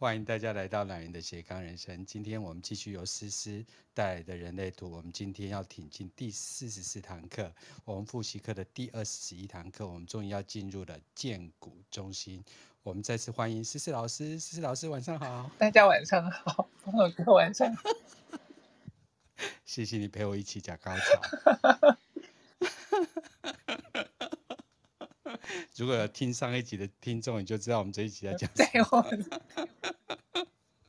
欢迎大家来到懒人的斜杠人生。今天我们继续由思思带来的人类图。我们今天要挺进第44堂课，我们复习课的第21堂课，我们终于要进入了剑骨中心。我们再次欢迎思思老师。思思老师晚上好。 大家晚上好，朋友哥晚上好。 谢谢你陪我一起讲高潮。如果有听上一集的听众，你就知道我们这一集在讲什么。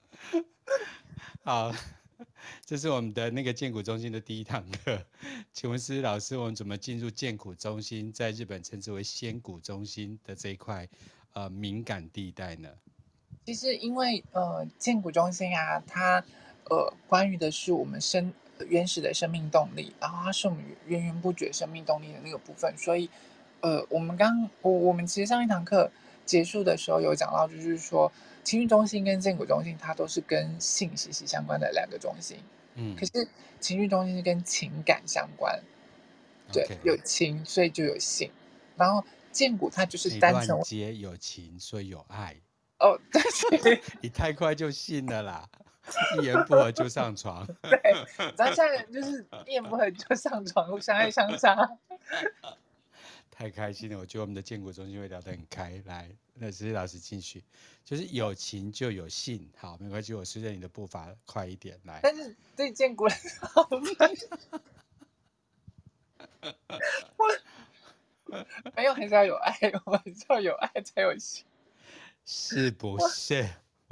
好，这是我们的那个剑骨中心的第一堂课。请问思思老师，我们怎么进入剑骨中心，在日本称之为仙骨中心的这一块敏感地带呢？ 其实因为剑骨中心啊，它关于的是我们原始的生命动力，然后它是我们源源不绝生命动力的那个部分，所以我们其实上一堂课结束的时候有讲到，就是说情绪中心跟剑骨中心它都是跟性息息相关的两个中心，可是情绪中心是跟情感相关，对， OK， 有情所以就有性，然后剑骨它就是你单纯乱接有情，所以有爱。 哦，对你太快就信了啦，一言不合就上床。 对，你知道现在人就是一言不合就上床，相爱相杀。 太开心了，我觉得我们的剑骨中心会聊得很开。来，那思思老师继续，就是有情就有性。好，没关系，我随着你的步伐快一点来。 但是对剑骨来说，没有还是要有爱，我们是要有爱才有性。 是不是？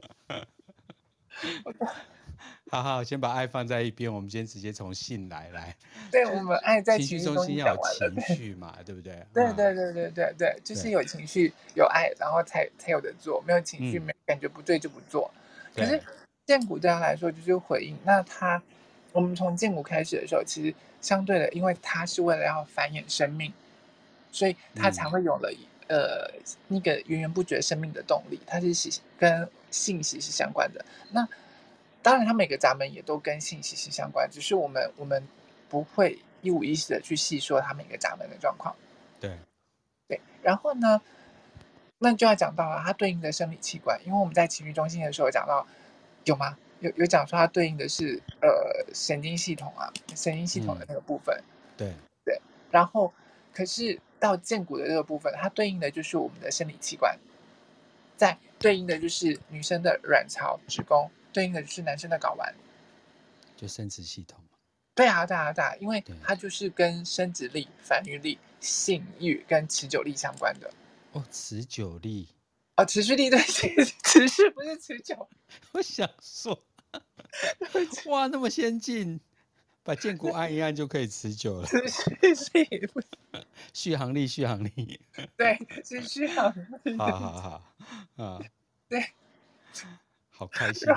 好好，先把爱放在一边，我们今天直接从性来。 对，我们爱在情绪中情绪中心心要有情讲完了， 绪嘛，对不对？ 对，就是有情绪有爱，然后才有的做，没有情绪，没有感觉不对就不做。可是剑骨对他来说就是回应，那我们从剑骨开始的时候，其实相对的，因为他是为了要繁衍生命，所以他才会有了那个源源不绝生命的动力，它是跟性息息相关的。那当然，它每个闸门也都跟性息息相关，只是我们不会一五一十的去细说它每个闸门的状况。 对， 然后呢，那就要讲到了它对应的生理器官，因为我们在情绪中心的时候讲到，有吗？有讲说它对应的是神经系统啊，神经系统的那个部分。 对， 然后可是到剑骨的这个部分，它对应的就是我们的生理器官，在对应的就是女生的卵巢、子宫，对应的就是男生的睾丸。 就生殖系统嘛。 对啊，因为它就是跟生殖力、繁育力、性欲跟持久力相关的。 哦，持久力。 哦，持续力对，持续不是持久。 我想说，哇，那么先进，把剑骨按一按就可以持久了。 持续力不是续航力。 对，是续航力。 好啊， 对， 好开心。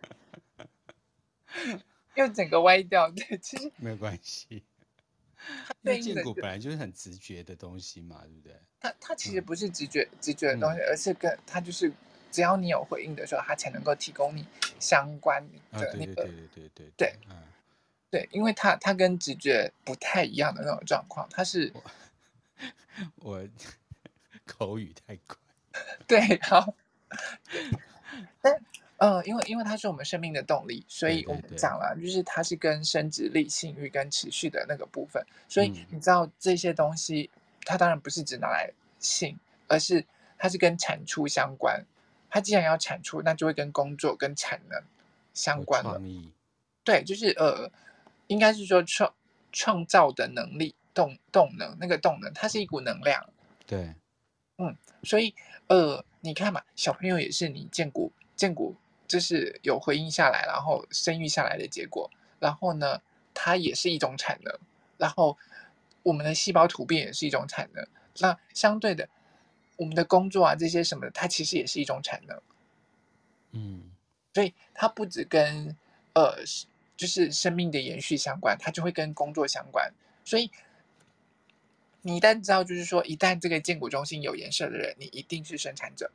又整个歪掉。对，其实没有关系，因为对应的剑骨本来就是很直觉的东西嘛，对不对？ 它其实不是直觉的东西，而是它就是只要你有回应的时候，它才能够提供你相关的那个对，因为它跟直觉不太一样的那种状况，它是我口语太快。 对，好，但因为它是我们生命的动力，所以我们讲了，就是它是跟生殖力、性欲跟持续的那个部分，所以你知道这些东西，它当然不是只拿来性，而是它是跟产出相关。它既然要产出，那就会跟工作跟产能相关了。对，就是应该是说创造的能力、动能，那个动能，它是一股能量。 对， 所以你看嘛，小朋友也是你建骨就是有回应下来，然后生育下来的结果。然后呢，它也是一种产能。然后我们的细胞突变也是一种产能。那相对的，我们的工作啊这些什么的，它其实也是一种产能。所以它不只跟就是生命的延续相关，它就会跟工作相关。所以你一旦知道，就是说，一旦这个建骨中心有颜色的人，你一定是生产者。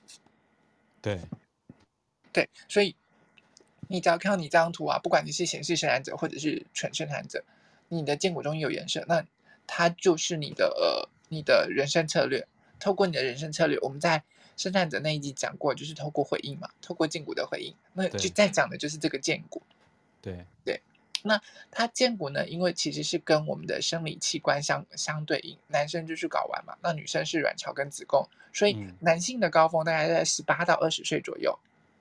对，所以你只要看到你这张图啊，不管你是显示生产者或者是纯生产者，你的建骨中心有颜色，那它就是你的人生策略。透过你的人生策略，我们在生产者那一集讲过，就是透过回应嘛，透过胫骨的回应，那就对在讲的就是这个胫骨。 对， 对，那它胫骨呢，因为其实是跟我们的生理器官相对应，男生就是睾丸嘛，那女生是卵巢跟子宫，所以嗯， 男性的高峰大概在18到20岁左右。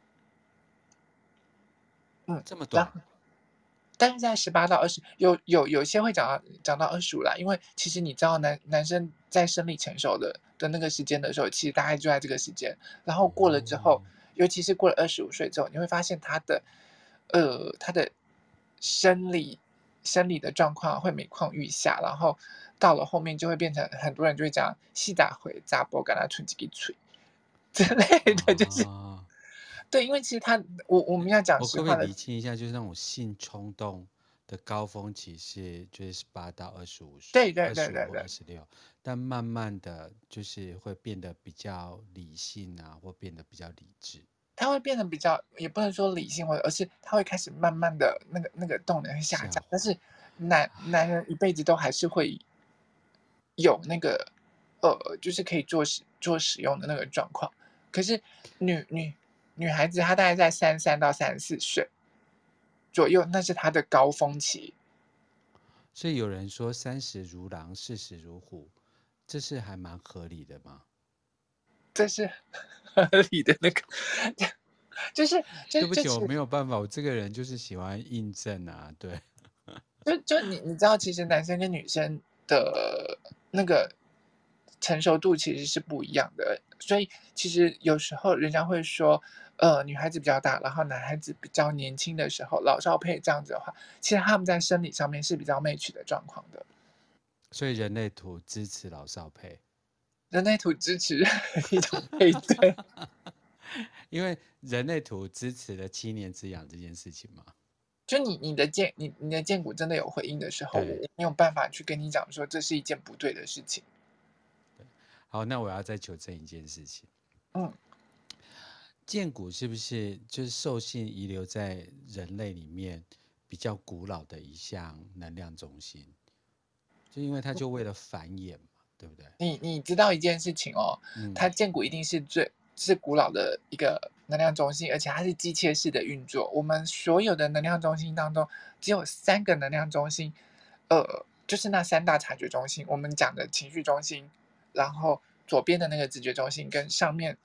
嗯， 这么短， 然后但是在18到20，有些会讲到25啦，因为其实你知道男生在生理成熟的那个时间的时候，其实大概就在这个时间，然后过了之后， 哦， 尤其是过了25岁之后，你会发现他的生理生理的状况会每况愈下，然后到了后面就会变成很多人就会讲细打回杂波，跟他存几个嘴之类的，就是啊， 对，因为其实我们要讲我可不可以实话的。 厘清一下，就是那种性冲动的高峰期是就是18到25岁， 对对对 25或对对。 26，但慢慢的就是会变得比较理性啊，或变得比较理智。 他会变得比较也不能说理性，而是他会开始慢慢的那个动能会下降，但下滑， 是男人一辈子都还是会有那个，就是可以做使用的那个状况。可是女孩子她大概在33到34岁左右，那是她的高峰期。 所以有人说30如狼，40如虎，这是还蛮合理的吗？ 这是合理的那个就是就对不起，我就是没有办法，我这个人就是喜欢印证啊，对， 就你知道，其实男生跟女生的那个成熟度其实是不一样的，所以其实有时候人家会说，女孩子比较大，然后男孩子比较年轻的时候，老少配这样子的话，其实他们在生理上面是比较 match 的状况的。 所以人类图支持老少配， 人类图支持一种配对， 因为人类图支持了7年之痒这件事情嘛。 就你的剑骨真的有回应的时候，我对我没有办法去跟你讲说这是一件不对的事情。 对，好，那我要再求证一件事情， 嗯。 剑骨是不是就是兽性遗留在人类里面比较古老的一项能量中心？就因为它就为了繁衍嘛，对不对？ 你知道一件事情哦，它嗯剑骨一定是古老的一个能量中心，而且它是机械式的运作。我们所有的能量中心当中，只有3个能量中心，就是那3大察觉中心，我们讲的情绪中心，然后左边的那个直觉中心，跟上面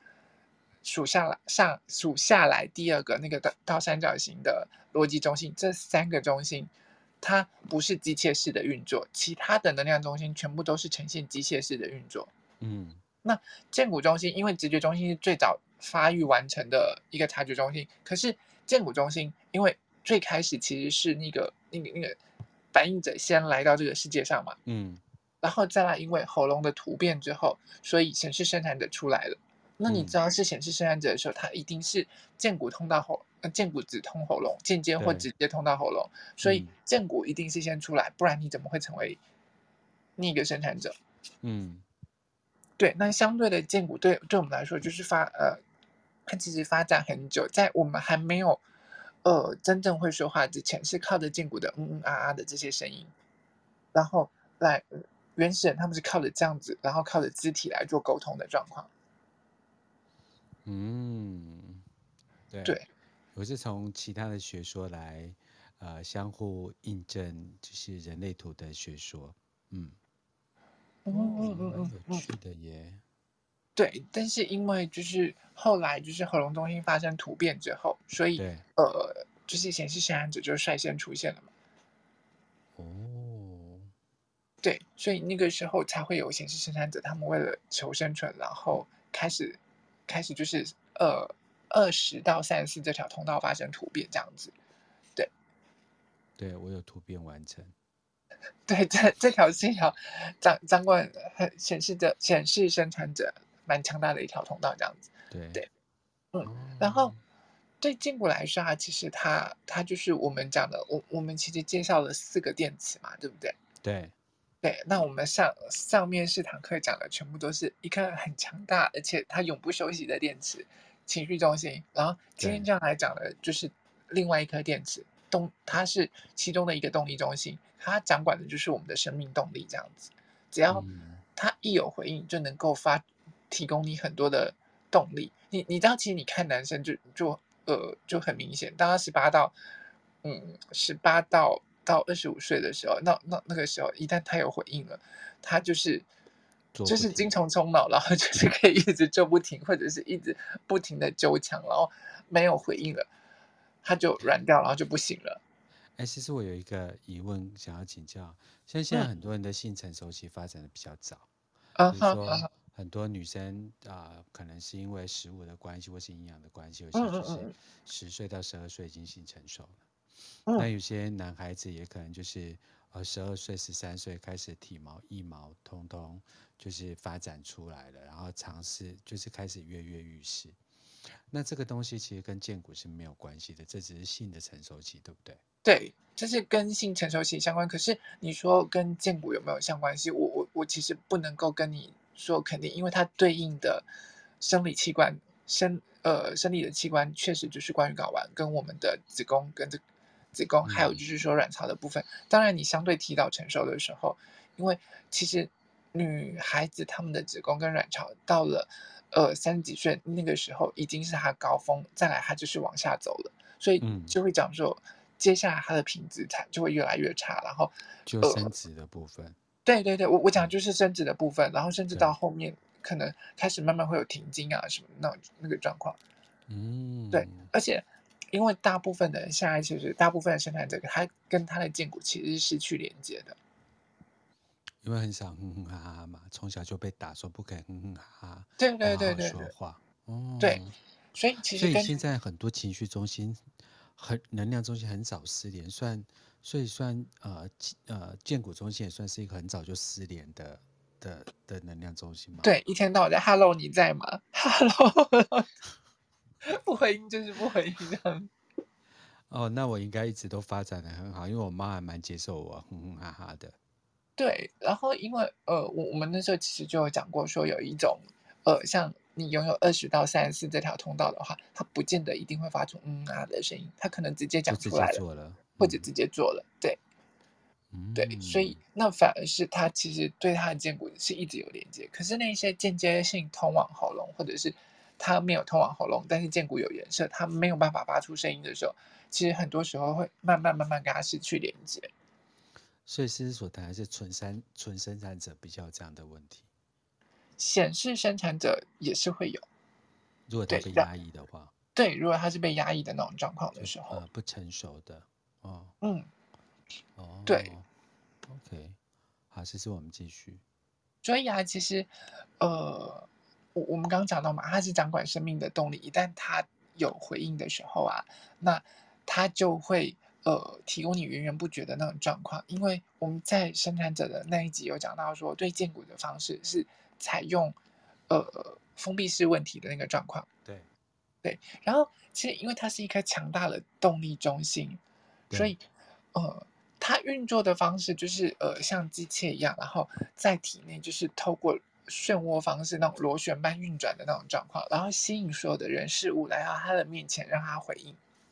数下来第二个那个倒三角形的逻辑中心，这3个中心它不是机械式的运作，其他的能量中心全部都是呈现机械式的运作。 嗯那剑骨中心，因为直觉中心是最早发育完成的一个察觉中心，可是剑骨中心，因为最开始其实是那个反应者先来到这个世界上嘛， 嗯然后再来因为喉咙的突变之后，所以显示生产者出来了。那你嗯， 知道是显示生产者的时候，它一定是剑骨直通喉咙，间接或对， 直接通到喉咙，所以嗯剑骨一定是先出来，不然你怎么会成为那个生产者？ 嗯对，那相对的剑骨对我们来说就是它其实发展很久，在我们还没有真正会说话之前，是靠着剑骨的啊啊的这些声音，然后来原始人他们是靠着这样子，然后靠着肢体来做沟通的状况。 嗯，对， 对， 我是从其他的学说来相互印证，就是人类图的学说。嗯， 嗯哦， 嗯嗯蛮嗯嗯， 有趣的耶。 对。但是因为就是后来就是喉咙中心发生突变之后，所以对， 就是显示生产者就率先出现了嘛。 哦， 对，所以那个时候才会有显示生产者，他们为了求生存，然后开始就是20到34这条通道发生突变这样子。对对我有突变完成。 对，这条是一条掌管显示生产者蛮强大的一条通道这样子。 对， 对，嗯，然哦， 后对胫骨来说啊，其实它就是我们讲的，我们其实介绍了4个电池嘛，对不对？ 对， 对，那我们上面4堂课讲的全部都是一颗很强大，而且它永不休息的电池，情绪中心。然后今天对， 这样来讲的就是另外一颗电池，它是其中的一个动力中心，它掌管的就是我们的生命动力这样子。只要嗯它一有回应，就能够提供你很多的动力。你知道，其实你看男生就很明显，当他18到25岁的时候，那个时候，一旦他有回应了，他就是精做不停。 虫充脑，然后就是可以一直做不停，或者是一直不停的揪墙，然后没有回应了，他就软掉，然后就不行了。 哎，其实我有一个疑问想要请教，像现在嗯， 很多人的性成熟期发展的比较早， 啊比如说哈啊哈， 很多女生可能是因为食物的关系或是营养的关系，有嗯些就是嗯嗯 10岁到12岁已经性成熟了。那嗯有些男孩子也可能就是12岁、13岁开始体毛、腋毛通通就是发展出来了，然后尝试就是开始跃跃欲试。那这个东西其实跟剑骨是没有关系的，这只是性的成熟期，对不对？ 对，这是跟性成熟期相关。可是你说跟剑骨有没有相关系？我其实不能够跟你说肯定，因为它对应的生理器官、生理的器官确实就是关于睾丸跟我们的子宫跟子宫，还有嗯就是说卵巢的部分。当然，你相对提早成熟的时候，因为其实女孩子她们的子宫跟卵巢到了30几岁那个时候已经是她高峰，再来她就是往下走了。所以嗯， 就会讲说，接下来它的品质才就会越来越差。然后， 就生呃， 殖的部分。 对对对，我讲的嗯， 就是生殖的部分，然后甚至到对。 后面可能开始慢慢会有停经啊什么那个状况。对， 嗯， 而且因为大部分的人现在其实大部分的生产者，他跟他的剑骨其实是失去连接的。 因为很少哼哼哈哈嘛，从小就被打说不可以哼哼哈哈， 对对要好好对对对说话。 对， 哦， 所以其实跟所以现在很多情绪中心、能量中心很早失联，所以算剑骨中心也算是一个很早就失联的能量中心嘛。 对一天到晚在 “hello 你在吗？”“hello”，不回应就是不回应这样。 哦，那我应该一直都发展的很好，因为我妈还蛮接受我哼哼哈哈的。 对，然后因为我们那时候其实就有讲过，说有一种像你拥有20到34这条通道的话，它不见得一定会发出啊的声音，它可能直接就直接讲出来了， 做了。嗯或者直接做了。对对，所嗯， 以那反而是它其实对它的剑骨是一直有连接，可是那些间接性通往喉咙，或者是它没有通往喉咙，但是剑骨有颜色，它没有办法发出声音的时候，其实很多时候会慢慢跟它失去连接。 所以狮子所谈还是纯生产者比较有这样的问题。 显示生产者也是会有，对， 如果他被压抑的话， 对，如果他是被压抑的那种状况的就时候， 不成熟的。哦嗯，对， 哦，OK，好，这是我们继续。 所以啊，其实，我们刚刚讲到嘛，它是掌管生命的动力，一旦它有回应的时候啊，那它就会提供你源源不绝的那种状况。因为我们在生产者的那一集有讲到说，对荐骨的方式是采用封闭式问题的那个状况。 对对，然后其实因为它是一颗强大的动力中心，所对， 以它运作的方式就是像机械一样，然后在体内就是透过漩涡方式那种螺旋般运转的那种状况，然后吸引所有的人事物来到他的面前，让他回应。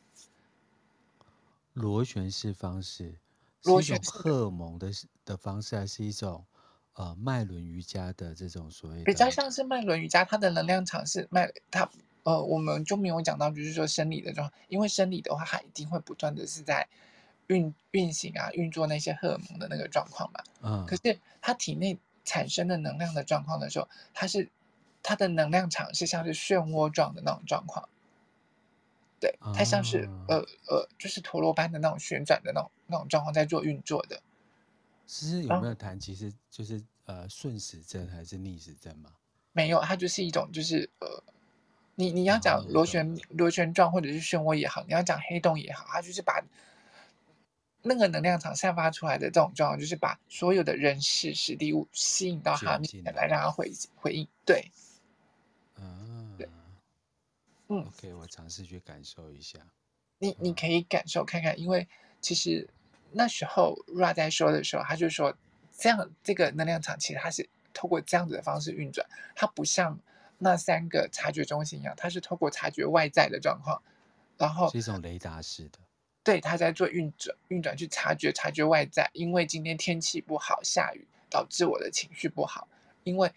螺旋式方式是螺一种旋式的荷尔蒙的方式，还是一种脉轮瑜伽的这种所谓的？ 比较像是脉轮瑜伽，它的能量场是它我们就没有讲到，就是说生理的状况，因为生理的话，它一定会不断的是在运行啊，运作那些荷尔蒙的那个状况嘛。可嗯是它体内产生的能量的状况的时候，它的能量场是像是漩涡状的那种状况，对，它像是啊， 就是陀螺般的那种旋转的那种状况在做运作的。 其实有然后没有谈，其实就是顺时针还是逆时针嘛？ 没有，它就是一种就是你要哦， 讲我懂了。 螺旋状或者是漩涡也好，你要讲黑洞也好，它就是把那个能量场散发出来的这种状况，就是把所有的人事实地物吸引到他卷面前来， 进来。 让他回应。对，对， 啊嗯， ，OK，我尝试去感受一下。 你啊， 可以感受看看，因为其实那时候 Ra 在说的时候，他就说这个能量场其实它是透过这样子的方式运转，它不像那3个察觉中心一样，它是透过察觉外在的状况，然后是一种雷达式的。 对，他在做运转去察觉外在，因为今天天气不好，下雨导致我的情绪不好。因为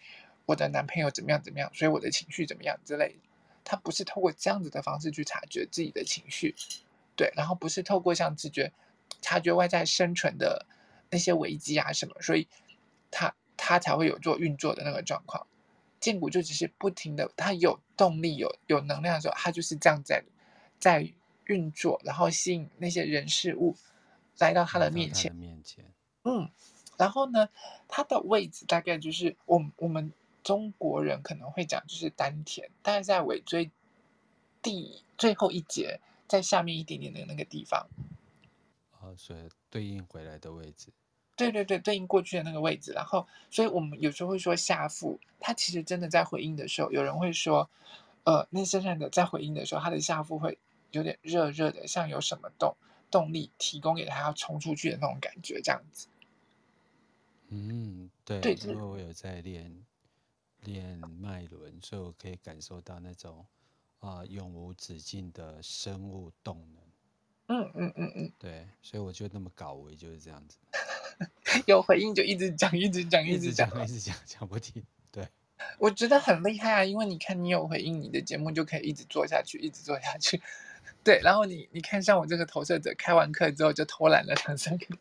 我的男朋友怎么样怎么样，所以我的情绪怎么样之类的。他不是透过这样子的方式去察觉自己的情绪，对，然后不是透过像察觉外在生存的那些危机啊什么，所以他才会有做运作的那个状况。剑骨就只是不停的，他有动力、有能量的时候，他就是这样在运作，然后吸引那些人事物来到他的面前。 来到他的面前。 嗯，然后呢，它的位置大概就是我们中国人可能会讲就是丹田，大概在尾椎最后一节，在下面一点点的那个地方。 所以对应回来的位置。 对对对，对应过去的那个位置。然后，所以我们有时候会说下腹，它其实真的在回应的时候，有人会说，那生产者在回应的时候，他的下腹会有点热热的，像有什么动力提供给他要冲出去的那种感觉，这样子。 对， 对， 因为我有在练脉轮，所以我可以感受到那种永无止境的生物动能。对，所以我就那么搞维就是这样子， 有回应就一直讲，一直讲，一一直讲， 直讲。 一直讲，讲不停。对， 我觉得很厉害啊，因为你看你有回应，你的节目就可以一直做下去，一直做下去。对，然后你看，像我这个投射者，开完课之后就偷懒了2、3个。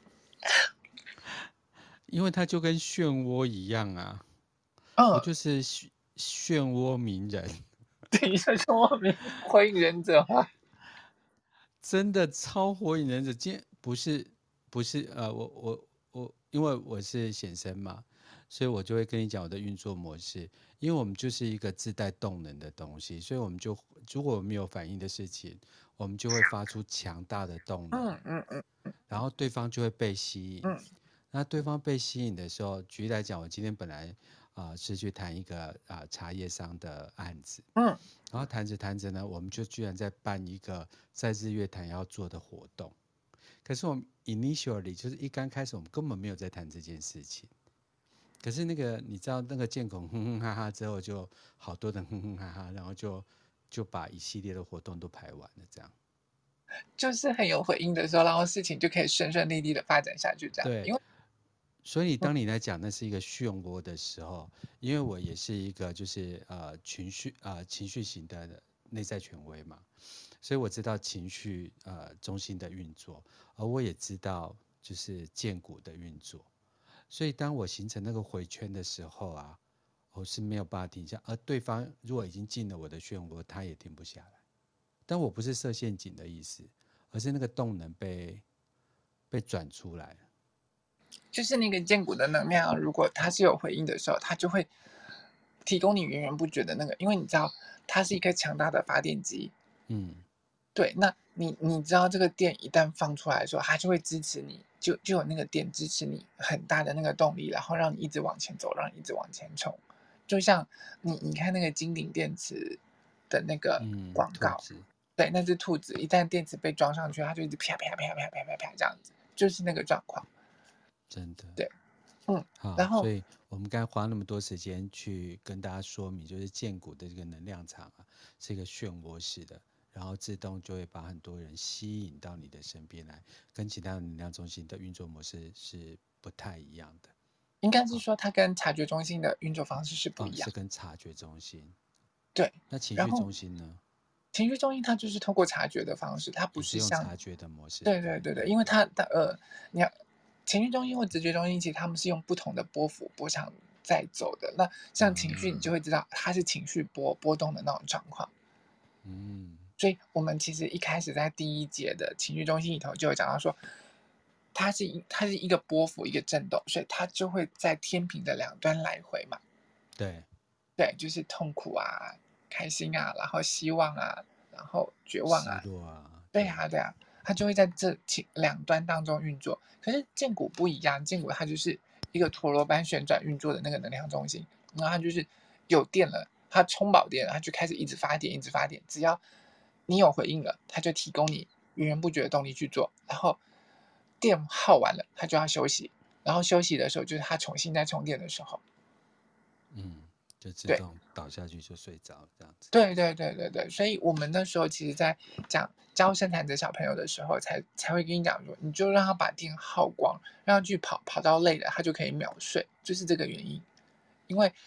因为它就跟漩涡一样啊，我嗯， 就是漩涡鸣人， 等一下，说我没火影忍者吗？ 真的超火影忍者。今天不是因为我是显生嘛，所以我就会跟你讲我的运作模式。因为我们就是一个自带动能的东西，所以我们就如果我们有反应的事情，我们就会发出强大的动能，然后对方就会被吸引。那对方被吸引的时候，举例来讲，我今天本来是去谈一个茶叶商的案子，然后谈着谈着呢，我们就居然在办一个在日月潭要做的活动。可是我们 initially 就是一刚开始，我们根本没有在谈这件事情。可是那个你知道那个剑孔哼哼哈哈之后，就好多人哼哼哈哈，然后就把一系列的活动都排完了，这样。 就是很有回应的时候，然后事情就可以顺顺利利的发展下去，这样。 对， 因为所以当你来讲那是一个漩涡的时候，因为我也是一个就是情绪型的内在权威嘛，所以我知道情绪中心的运作，而我也知道就是剑骨的运作。所以当我形成那个回圈的时候啊，我是没有办法停下，而对方如果已经进了我的漩涡，他也停不下来。但我不是设陷阱的意思，而是那个动能被转出来了。 就是那个剑骨的能量，如果它是有回应的时候，它就会提供你源源不绝的那个，因为你知道它是一个强大的发电机。对，那你知道这个电一旦放出来的时候，它就会支持你，就有那个电支持你很大的那个动力，然后让你一直往前走，让你一直往前冲。就像你看那个金鼎电池的那个广告， 兔子。 对，那只兔子一旦电池被装上去，它就一直啪啪啪啪啪啪啪这样子，就是那个状况。 真的。 对，然好， 后所以我们刚才花那么多时间去跟大家说明，就是剑骨的这个能量场是一个漩涡式的，然后自动就会把很多人吸引到你的身边来，跟其他的能量中心的运作模式是不太一样的。 应该是说它跟察觉中心的运作方式是不一样。 是跟察觉中心。 对， 那情绪然后中心呢？ 情绪中心它就是透过察觉的方式，它不也是是像用察觉的模式。 对对对对，因为你要情绪中心或直觉中心，其实他们是用不同的波幅波长在走的。那像情绪，你就会知道它是情绪波动的那种状况。所以我们其实一开始在第一节的情绪中心里头就有讲到说，它是一个波幅一个震动，所以它就会在天平的两端来回嘛。 对对，就是痛苦啊、开心啊，然后希望啊，然后绝望失啊。 落啊。 对啊，对啊，它就会在这两端当中运作。可是剑骨不一样，剑骨它就是一个陀螺般旋转运作的那个能量中心，然后它就是有电了，它充饱电了，它就开始一直发电，一直发电。只要你有回应了，它就提供你源源不绝的动力去做。然后电耗完了，它就要休息。然后休息的时候，就是它重新再充电的时候。 就自对。 动倒下去就睡着这样子。 对对对对对，所以我们那时候其实在教生产者小朋友的时候才会跟你讲说，你就让他把电耗光，让他去跑到累了，他就可以秒睡，就是这个原因。因为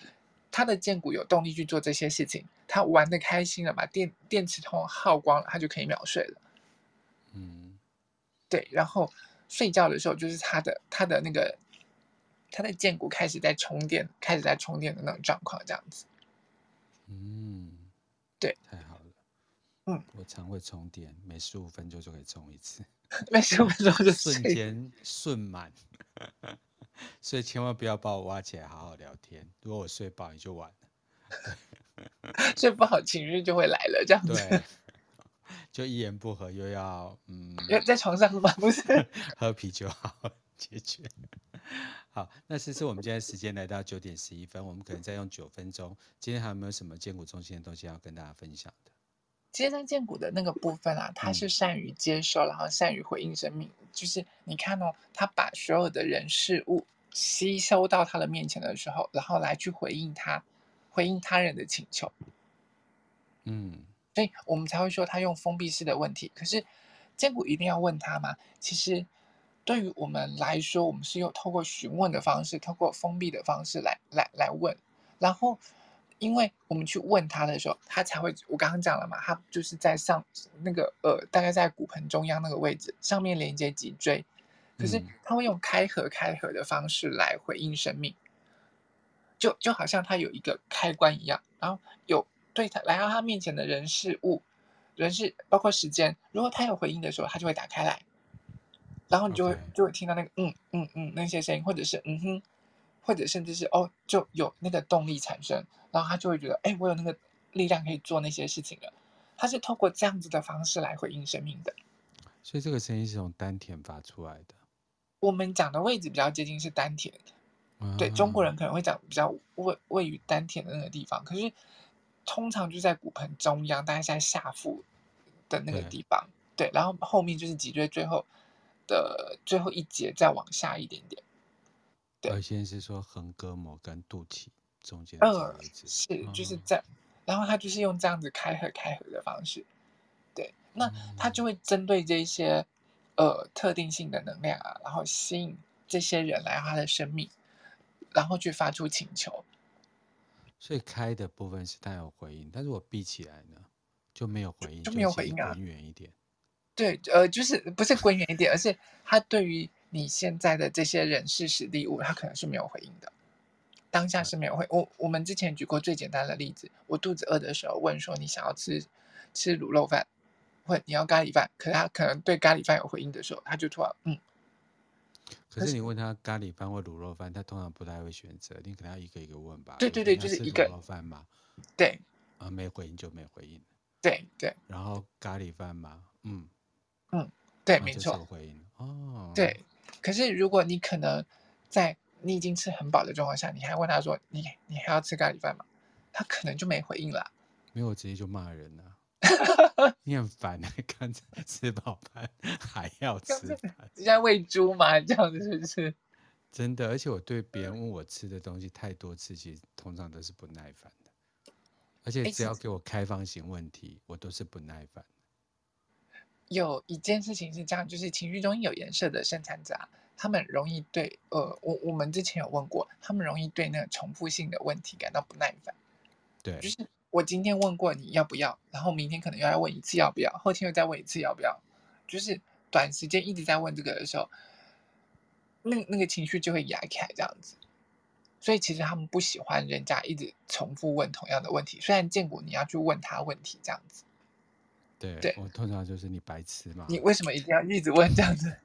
他的荐股有动力去做这些事情，他玩的开心了嘛，电池通耗光了，他就可以秒睡了。 嗯对，然后睡觉的时候就是他的那个他的荐股开始在充电的那种状况，这样子。 嗯， 对， 太好了。 嗯， 我常会充电，每15分钟就可以充一次， 没15分钟就瞬睡， 间瞬满。所以千万不要把我挖起来好好聊天，如果我睡饱你就完了。 睡不好情绪就会来了，这样子。 对，就一言不合又要因为在床上吗？不是。 喝啤酒好好解决。好，那其实我们现在时间来到9点11分，我们可能再用9分钟。今天还有没有什么坚果中心的东西要跟大家分享的？ 其实，在荐股的那个部分啊，他是善于接受，然后善于回应生命。就是你看哦，他把所有的人事物吸收到他的面前的时候，然后来去回应他，回应他人的请求。 嗯所以我们才会说他用封闭式的问题。可是坚果一定要问他吗？其实对于我们来说，我们是用透过询问的方式，透过封闭的方式来问。然后，因为我们去问他的时候，他才会，我刚刚讲了嘛，他就是在上那个大概在骨盆中央那个位置，上面连接脊椎。可是嗯他会用开合的方式来回应生命。就好像他有一个开关一样，然后有对他来到他面前的人事物，人事包括时间，如果他有回应的时候，他就会打开来，然后你就会 ，OK。 就会听到那个那些声音，或者是哼，或者甚至是哦，就有那个动力产生，然后他就会觉得，哎，我有那个力量可以做那些事情了。他是透过这样子的方式来回应生命的。 所以这个声音是从丹田发出来的我们讲的位置比较接近是丹田，对，中国啊。 人可能会讲比较位于丹田的那个地方，可是通常就在骨盆中央，大概是在下腹的那个对， 地方。对，然后后面就是脊椎最后一节再往下一点点。对， 先是说横膈膜跟肚脐中间的这个位置。 是就是啊， 在，然后他就是用这样子开合的方式。对，那他就会针对这些特定性的能量啊，然后吸引这些人来到他的生命，然后去发出请求。 所以开的部分是它有回应，但是我闭起来呢就没有回应， 就没就有回应啊。 其实滚远一点。 对，就是不是滚远一点，而是他对于你现在的这些人事实地物，他可能是没有回应的，当下呃是没有回。我们之前举过最简单的例子，我肚子饿的时候问说你想要吃卤肉饭，或你要咖喱饭，可是他可能对咖喱饭有回应的时候，他就突然可是可是你问他咖喱饭或卤肉饭，他通常不太会选择，你可能要一个一个问吧。 对对对， 我说你要就是一个吃卤肉饭吗？ 对没回应就没回应。 对对， 然后咖喱饭吗？ 嗯，对， 这时没错， 候回应哦。 对。可是如果你可能在你已经吃很饱的状况下，你还问他说你还要吃咖喱饭吗？他可能就没回应了。 没有，我直接就骂人了。你很烦啊，刚才吃饱饭还要吃饭， 你在喂猪吗？这样子是不是？ 真的。而且我对别人问我吃的东西太多次，其实通常都是不耐烦的。而且哎， 只要给我开放型问题，我都是不耐烦。 有一件事情是这样，就是情绪中心有颜色的生产者啊，他们容易对我们之前有问过，他们容易对那个重复性的问题感到不耐烦。就对， 是我今天问过你要不要，然后明天可能又要问一次要不要，后天又再问一次要不要，就是短时间一直在问这个的时候，那个情绪就会压起来这样子。所以其实他们不喜欢人家一直重复问同样的问题，虽然见过你要去问他问题这样子。 对对， 我通常就是你白痴嘛。 你为什么一定要一直问这样子？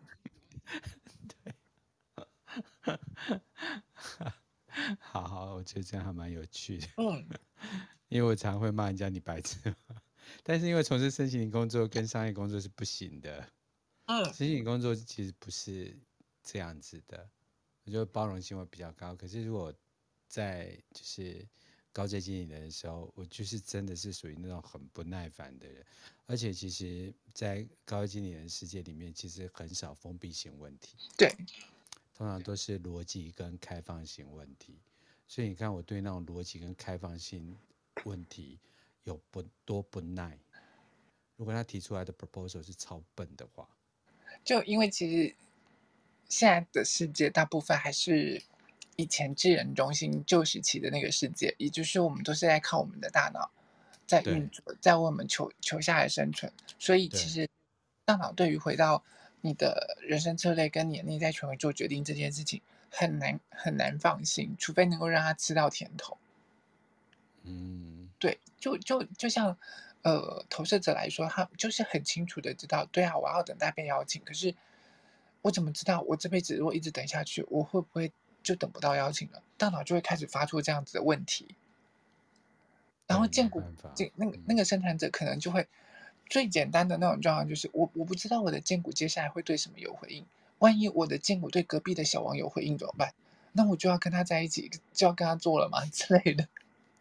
好好，我觉得这样还蛮有趣的， 嗯因为我常会骂人家你白痴嘛。但是因为从事身心灵工作跟商业工作是不行的， 嗯， 身心灵工作其实不是这样子的，我觉得包容性会比较高。可是如果在就是高阶经理人的时候，我就是真的是属于那种很不耐烦的人，而且其实，在高阶经理人世界里面，其实很少封闭性问题， 对， 通常都是逻辑跟开放性问题。所以你看，我对那种逻辑跟开放性问题有多不耐。如果他提出来的 proposal 是超笨的话， 就因为其实现在的世界大部分还是以前智人中心旧时期的那个世界，也就是我们都是在靠我们的大脑在运对作，在为我们求下来生存。所以其对， 实大脑对于回到你的人生策略跟你的内在权威做决定这件事情，很难放心，除非能够让他吃到甜头。 嗯， 对，就像投射者来说，他就是很清楚的知道，对啊，我要等待被邀请，可是我怎么知道我这辈子如果一直等下去，我会不会就等不到邀请了？大脑就会开始发出这样子的问题，然后对，没建股办法， 那个生产者可能就会最简单的那种状况就是我不知道我的建股接下来会对什么有回应，万一我的建股对隔壁的小王有回应怎么办？那我就要跟他在一起，就要跟他做了吗之类的？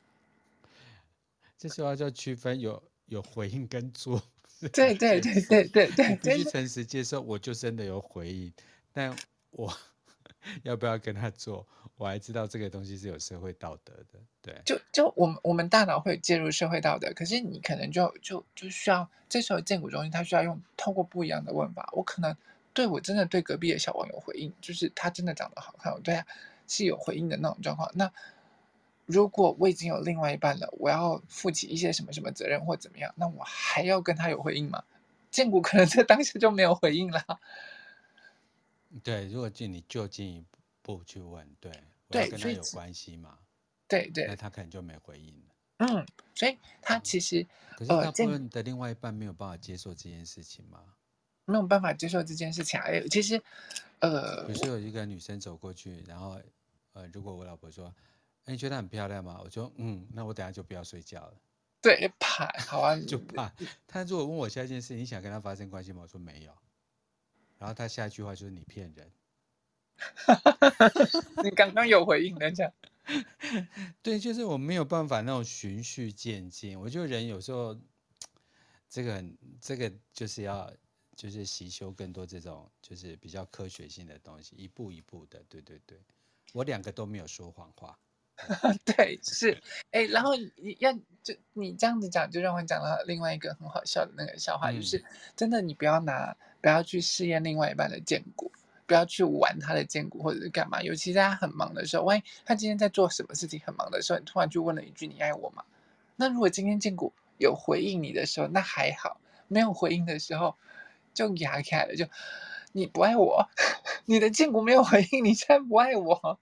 这时候就要区分有回应跟做是两对对件事， 对对对对， 你必须真的诚实接受，我就真的有回应，但我要不要跟他做，我还知道这个东西是有社会道德的，对， 就我们大脑会介入社会道德，可是你可能就需要这时候建股中心，它需要透过不一样的问法。我可能真的对隔壁的小王有回应，就是他真的长得好看，我对他是有回应的那种状况。那如果我已经有另外一半了，我要负起一些什么什么责任或怎么样，那我还要跟他有回应吗？建股可能在当时就没有回应了。 对，如果你就进一步去问，对我要对， 跟他有关系嘛， 对对， 那他可能就没回应了。 所以他其实可是大部建分的另外一半没有办法接受这件事情嘛？ 没有办法接受这件事情啊。其实， 比如说有一个女生走过去，然后如果我老婆说，哎，你觉得她很漂亮吗？我就那我等下就不要睡觉了， 对，怕好啊， 就怕她如果问我下一件事，你想跟她发生关系吗？我说没有，然后她下一句话就是你骗人。 你刚刚有回应人家， 对，就是我没有办法那种循序渐进。我觉得人有时候这个就是习修更多这种就是比较科学性的东西，一步一步的。对对对，我两个都没有说谎话。 对，是，哎，然后你这样子讲，就让我讲到另外一个很好笑的那个笑话，就嗯， 是真的，你不要去试验另外一半的剑骨，不要去玩他的剑骨或者是干嘛，尤其在他很忙的时候，万一他今天在做什么事情很忙的时候，你突然就问了一句"你爱我吗"？那如果今天剑骨有回应你的时候，那还好；没有回应的时候，就哑起来了，就你不爱我，你的剑骨没有回应，你现在不爱我。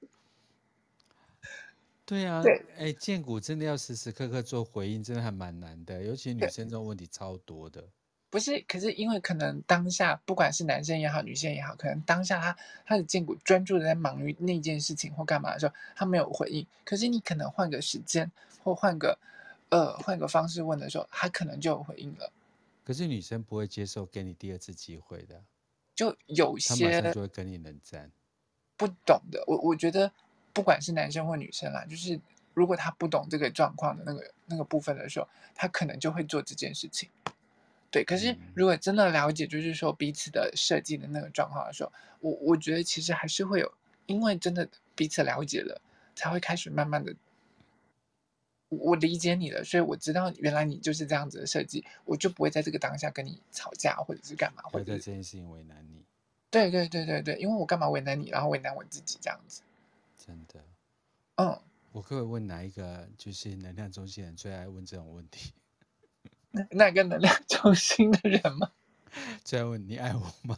对啊， 对哎，建股真的要时时刻刻做回应，真的还蛮难的，尤其女对， 生这种问题超多的。 不是，可是因为可能当下不管是男生也好，女生也好，可能当下他的剑骨专注的在忙于那件事情或干嘛的时候，他没有回应。可是你可能换个时间或换个方式问的时候，他可能就有回应了。 可是女生不会接受给你第二次机会的， 就有她马上些就会跟你冷战。 不懂的，我觉得不管是男生或女生啦，就是如果他不懂这个状况的那个部分的时候，他可能就会做这件事情。对，可是嗯， 如果真的了解，就是说彼此的设计的那个状况的时候，我觉得其实还是会有，因为真的彼此了解了，才会开始慢慢的，我理解你了，所以我知道原来你就是这样子的设计，我就不会在这个当下跟你吵架，或者是干嘛，或要在者是这件事情为难你， 对对对对对，因为我干嘛为难你，然后为难我自己这样子， 真的。 嗯， 我可以问哪一个就是能量中心人最爱问这种问题？ 那个能量中心的人嘛， 最爱问你爱我吗？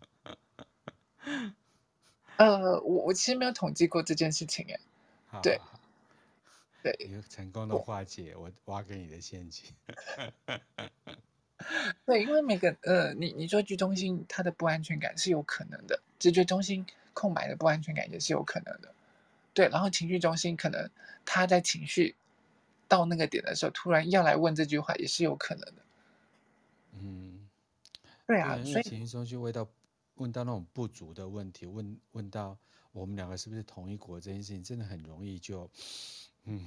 我其实没有统计过这件事情，诶，对好好好， 对。 你成功的化解我挖给你的陷阱。 对，因为你说居中心它的不安全感是有可能的，直觉中心空白的不安全感也是有可能的。对，然后情绪中心可能他在情绪到那个点的时候，突然要来问这句话也是有可能的。 嗯， 对啊， 对啊，因为所以情绪中心问到那种不足的问题，问到我们两个是不是同一国这件事情，真的很容易就，嗯，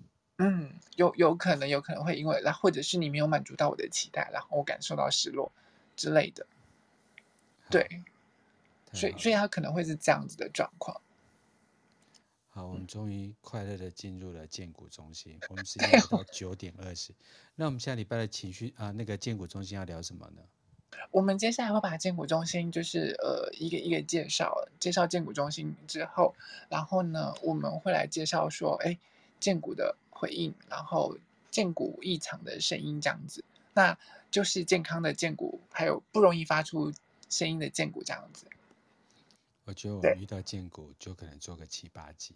有可能会因为，或者是你没有满足到我的期待，然后我感受到失落之类的。 好， 对， 太好了。 所以他可能会是这样子的状况。 好，我们终于快乐的进入了建股中心。我们时间来到9:20，那我们下礼拜的情绪那个建股中心要聊什么呢？ 我们接下来会把建股中心就是一个一个介绍建股中心之后，然后呢，我们会来介绍说，哎，建股的回应，然后建股异常的声音这样子，那就是健康的建股，还有不容易发出声音的建股这样子。 我觉得我们对， 遇到建股就可能做个7、8集。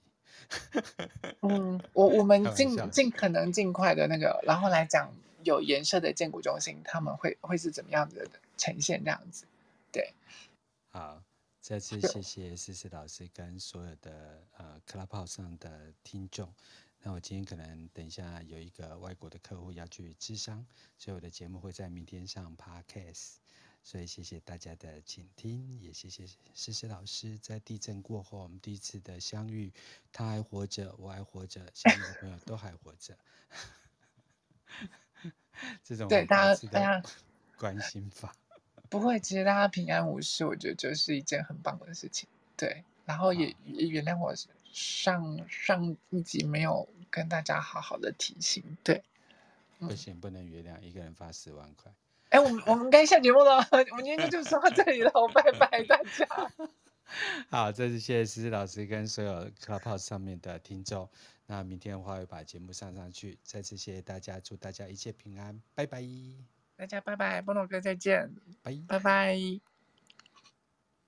我们开玩笑。 尽可能尽快的那个，然后来讲有颜色的建股中心，他们会是怎么样的呈现这样子。对， 好，再次就谢谢思思老师跟所有的Clubhouse 上的听众。那我今天可能等一下有一个外国的客户要去咨商，所以我的节目会在明天上 Podcast。所以谢谢大家的倾听，也谢谢思思老师在地震过后我们第一次的相遇，他还活着，我还活着，下面的朋友都还活着。这种对很白痴的大家关心法。 不会，其实大家平安无事，我觉得就是一件很棒的事情。对，然后也好， 原谅我上一集没有跟大家好好的提醒。对， 不行，不能原谅一个人发10万块。 哎，我们该下节目了，我们今天就说到这里了，拜拜大家。 好，这次谢谢思思老师跟所有 Clubhouse 上面的听众。那明天的话会把节目上去。再次谢谢大家，祝大家一切平安，拜拜， 大家拜拜，波诺哥再见， 拜。 拜拜。